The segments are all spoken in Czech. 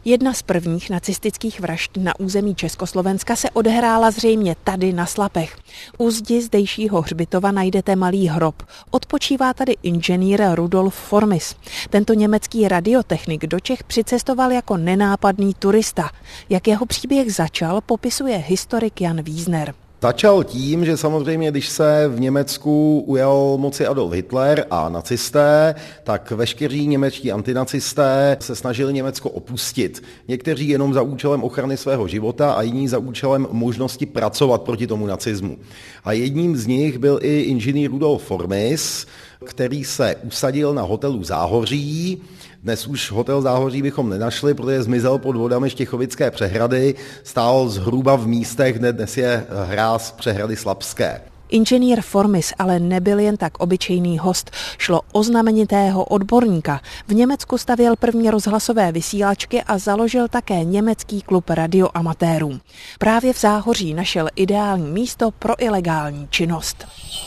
Jedna z prvních nacistických vražd na území Československa se odehrála zřejmě tady na Slapech. U zdi zdejšího hřbitova najdete malý hrob. Odpočívá tady inženýr Rudolf Formis. Tento německý radiotechnik do Čech přicestoval jako nenápadný turista. Jak jeho příběh začal, popisuje historik Jan Wiesner. Začal tím, že samozřejmě, když se v Německu ujal moci Adolf Hitler a nacisté, tak veškeří němečtí antinacisté se snažili Německo opustit. Někteří jenom za účelem ochrany svého života a jiní za účelem možnosti pracovat proti tomu nacismu. A jedním z nich byl i inženýr Rudolf Formis, který se usadil na hotelu Záhoří. Dnes už hotel Záhoří bychom nenašli, protože zmizel pod vodami Štěchovické přehrady, stál zhruba v místech, kde dnes je hráz přehrady Slapské. Inženýr Formis ale nebyl jen tak obyčejný host. Šlo o znamenitého odborníka. V Německu stavěl první rozhlasové vysílačky a založil také německý klub radioamatérů. Právě v Záhoří našel ideální místo pro ilegální činnost.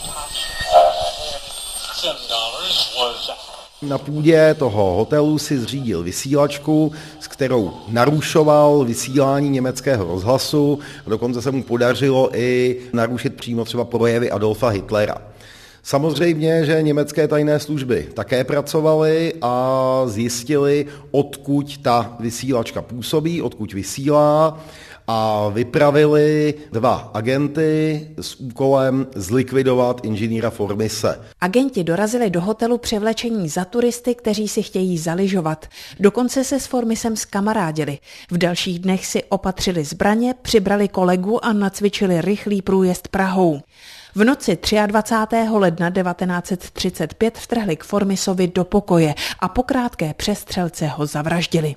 Na půdě toho hotelu si zřídil vysílačku, s kterou narušoval vysílání německého rozhlasu. Dokonce se mu podařilo i narušit přímo třeba projevy Adolfa Hitlera. Samozřejmě, že německé tajné služby také pracovaly a zjistili, odkud ta vysílačka působí, odkud vysílá, a vypravili 2 agenty s úkolem zlikvidovat inženýra Formise. Agenti dorazili do hotelu převlečení za turisty, kteří si chtějí zaližovat. Dokonce se s Formisem zkamarádili. V dalších dnech si opatřili zbraně, přibrali kolegu a nacvičili rychlý průjezd Prahou. V noci 23. ledna 1935 vtrhli k Formisovi do pokoje a po krátké přestřelce ho zavraždili.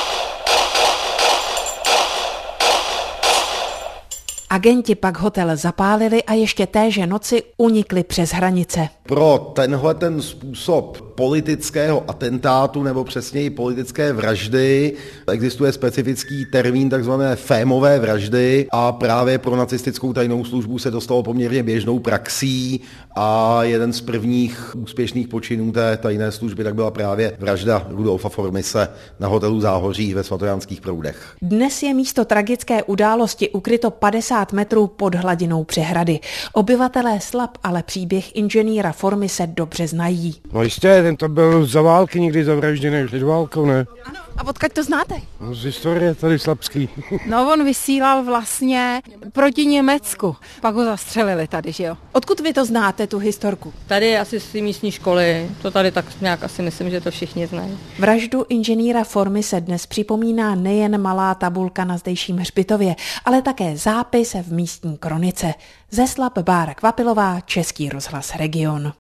Agenti pak hotel zapálili a ještě téže noci unikli přes hranice. Pro ten způsob politického atentátu nebo přesněji politické vraždy existuje specifický termín takzvané fémové vraždy a právě pro nacistickou tajnou službu se dostalo poměrně běžnou praxí a jeden z prvních úspěšných počinů té tajné služby tak byla právě vražda Rudolfa Formise na hotelu Záhoří ve Svatojánských Proudech. Dnes je místo tragické události ukryto 50 metrů pod hladinou přehrady. Obyvatelé Slap ale příběh inženýra Formise dobře znají. No jistě, ten to byl za války někdy zavražděný, před válkou, ne? Ano, a odkud to znáte? No, z historie tady slapský. No on vysílal vlastně proti Německu, pak ho zastřelili tady, že jo. Odkud vy to znáte, tu historku? Tady asi z místní školy, to tady tak nějak asi myslím, že to všichni znají. Vraždu inženýra Formise dnes připomíná nejen malá tabulka na zdejším hřbitově, ale také zápis v místní kronice. Ze Slap Bára Kvapilová, Český rozhlas Region.